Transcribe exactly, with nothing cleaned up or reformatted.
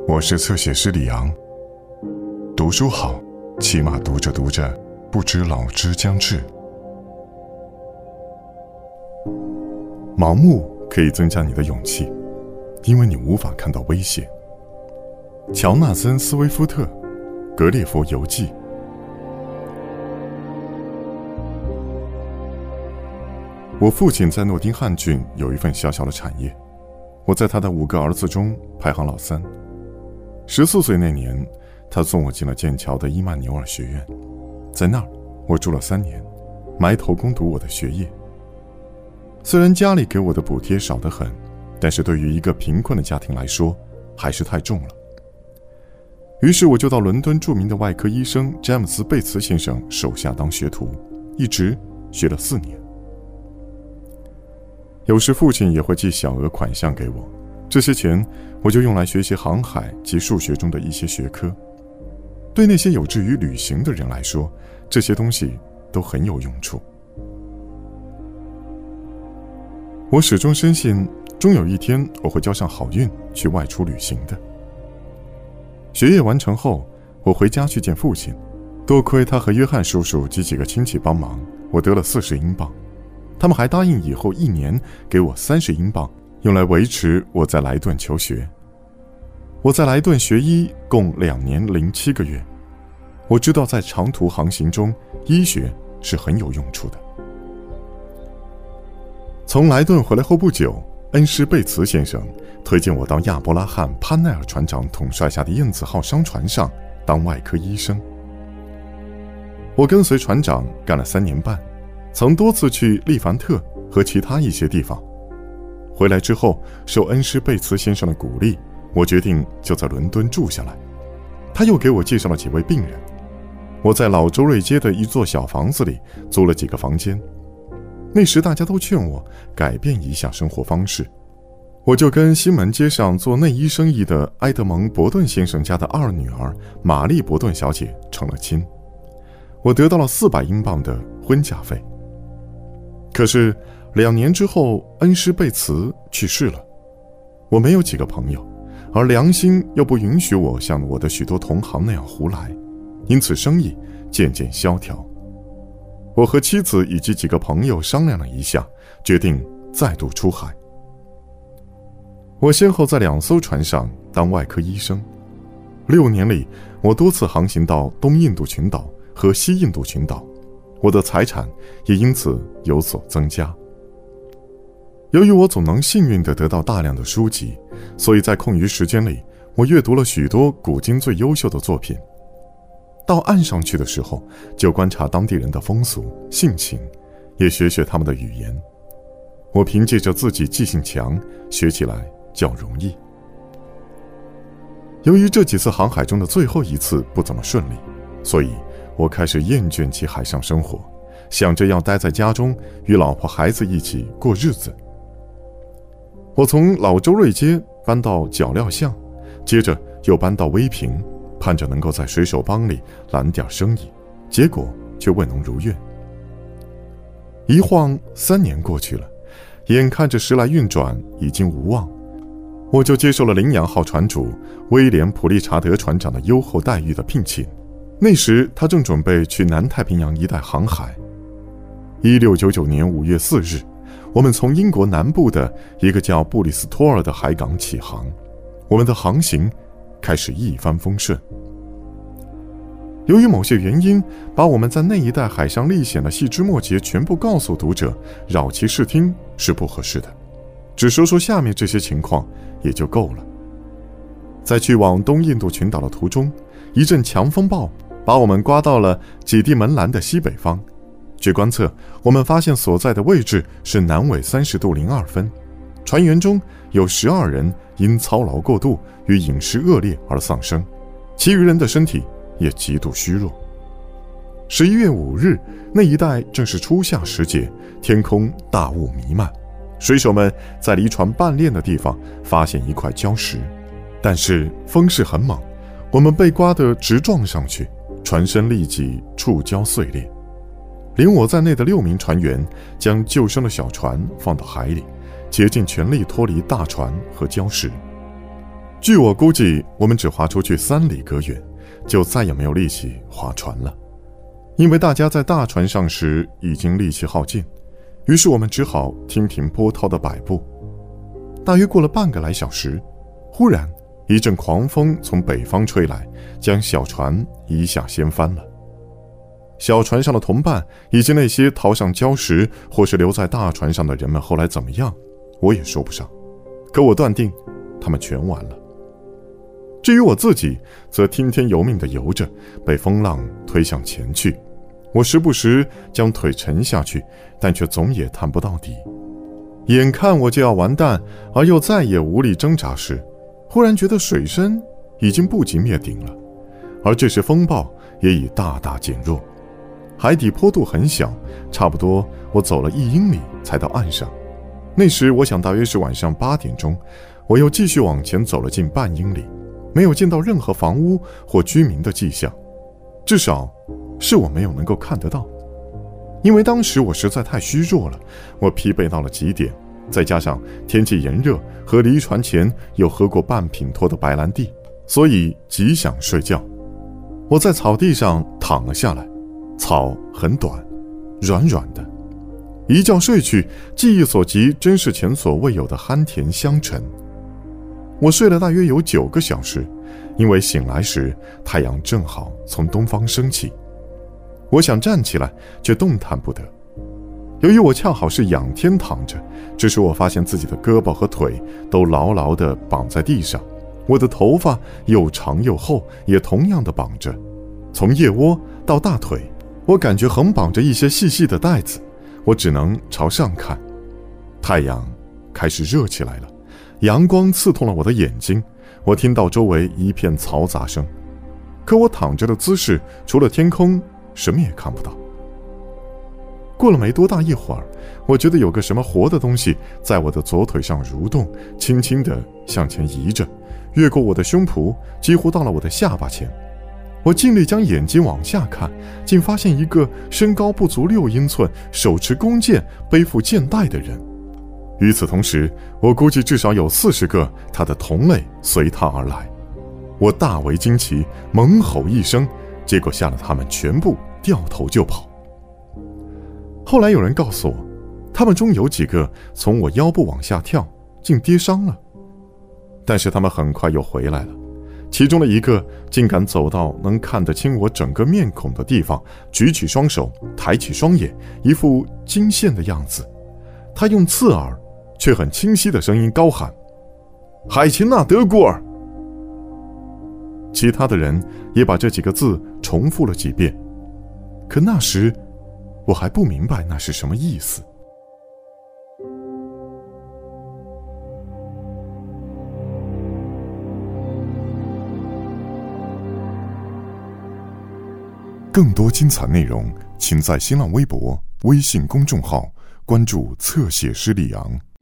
我是侧写师李昂。读书好，起码读着读着，不知老之将至。盲目可以增加你的勇气，因为你无法看到危险。乔纳森·斯威夫特，《格列佛游记》。我父亲在诺丁汉郡有一份小小的产业，我在他的五个儿子中排行老三。十四岁那年，他送我进了剑桥的伊曼纽尔学院，在那儿我住了三年，埋头攻读我的学业。虽然家里给我的补贴少得很，但是对于一个贫困的家庭来说，还是太重了。于是我就到伦敦著名的外科医生詹姆斯·贝茨先生手下当学徒，一直学了四年。有时父亲也会寄小额款项给我，这些钱我就用来学习航海及数学中的一些学科。对那些有志于旅行的人来说，这些东西都很有用处。我始终深信，终有一天我会交上好运去外出旅行的。学业完成后，我回家去见父亲，多亏他和约翰叔叔及几个亲戚帮忙，我得了四十英镑。他们还答应以后一年给我三十英镑，用来维持我在莱顿求学。我在莱顿学医共两年零七个月。我知道在长途航行中，医学是很有用处的。从莱顿回来后不久，恩施贝茨先生推荐我到亚伯拉罕·潘奈尔船长统帅下的燕子号商船上当外科医生。我跟随船长干了三年半，曾多次去利凡特和其他一些地方。回来之后，受恩施贝茨先生的鼓励，我决定就在伦敦住下来。他又给我介绍了几位病人。我在老周瑞街的一座小房子里租了几个房间。那时大家都劝我改变一下生活方式，我就跟西门街上做内衣生意的埃德蒙·伯顿先生家的二女儿玛丽·伯顿小姐成了亲。我得到了四百英镑的婚嫁费。可是两年之后，恩施贝茨去世了。我没有几个朋友，而良心又不允许我像我的许多同行那样胡来，因此生意渐渐萧条。我和妻子以及几个朋友商量了一下，决定再度出海。我先后在两艘船上当外科医生，六年里，我多次航行到东印度群岛和西印度群岛，我的财产也因此有所增加。由于我总能幸运地得到大量的书籍，所以在空余时间里，我阅读了许多古今最优秀的作品。到岸上去的时候，就观察当地人的风俗性情，也学学他们的语言。我凭借着自己记性强，学起来较容易。由于这几次航海中的最后一次不怎么顺利，所以我开始厌倦起海上生活，想着要待在家中与老婆孩子一起过日子。我从老周瑞街搬到脚料巷，接着又搬到威平，盼着能够在水手帮里揽点生意，结果却未能如愿。一晃三年过去了，眼看着时来运转已经无望，我就接受了羚羊号船主威廉·普利查德船长的优厚待遇的聘请。那时他正准备去南太平洋一带航海。一六九九年五月四日，我们从英国南部的一个叫布里斯托尔的海港起航，我们的航行开始一帆风顺。由于某些原因，把我们在那一带海上历险的细枝末节全部告诉读者，扰其视听是不合适的，只说说下面这些情况也就够了。在去往东印度群岛的途中，一阵强风暴把我们刮到了几地门兰的西北方。据观测，我们发现所在的位置是南纬三十度零二分。船员中有十二人因操劳过度与饮食恶劣而丧生，其余人的身体也极度虚弱。十一月五日，那一带正是初夏时节，天空大雾弥漫。水手们在离船半练的地方发现一块礁石，但是风势很猛，我们被刮得直撞上去，船身立即触礁碎裂。连我在内的六名船员将救生的小船放到海里，竭尽全力脱离大船和礁石。 据我估计，我们只划出去三里隔远，就再也没有力气划船了，因为大家在大船上时已经力气耗尽，于是我们只好听凭波涛的摆布。大约过了半个来小时，忽然一阵狂风从北方吹来，将小船一下掀翻了。小船上的同伴以及那些逃上礁石或是留在大船上的人们后来怎么样，我也说不上，可我断定他们全完了。至于我自己，则听天由命地游着，被风浪推向前去。我时不时将腿沉下去，但却总也探不到底。眼看我就要完蛋，而又再也无力挣扎时，忽然觉得水深已经不及灭顶了，而这时风暴也已大大减弱。海底坡度很小，差不多我走了一英里才到岸上。那时我想大约是晚上八点钟，我又继续往前走了近半英里，没有见到任何房屋或居民的迹象，至少是我没有能够看得到。因为当时我实在太虚弱了，我疲惫到了极点，再加上天气炎热和离船前又喝过半品脱的白兰地，所以极想睡觉。我在草地上躺了下来，草很短，软软的，一觉睡去，记忆所及真是前所未有的酣甜香沉。我睡了大约有九个小时，因为醒来时太阳正好从东方升起。我想站起来，却动弹不得。由于我恰好是仰天躺着，这时我发现自己的胳膊和腿都牢牢地绑在地上，我的头发又长又厚，也同样的绑着，从腋窝到大腿，我感觉横绑着一些细细的带子。我只能朝上看。太阳开始热起来了，阳光刺痛了我的眼睛，我听到周围一片嘈杂声，可我躺着的姿势除了天空什么也看不到。过了没多大一会儿，我觉得有个什么活的东西在我的左腿上蠕动，轻轻地向前移着，越过我的胸脯，几乎到了我的下巴前。我尽力将眼睛往下看，竟发现一个身高不足六英寸、手持弓箭、背负箭袋的人。与此同时，我估计至少有四十个他的同类随他而来。我大为惊奇，猛吼一声，结果吓得他们全部掉头就跑。后来有人告诉我，他们中有几个从我腰部往下跳，竟跌伤了，但是他们很快又回来了。其中的一个竟敢走到能看得清我整个面孔的地方，举起双手，抬起双眼，一副惊羡的样子。他用刺耳却很清晰的声音高喊：“海琴娜·德古尔！”其他的人也把这几个字重复了几遍，可那时我还不明白那是什么意思。更多精彩内容，请在新浪微博、微信公众号关注侧写师李昂。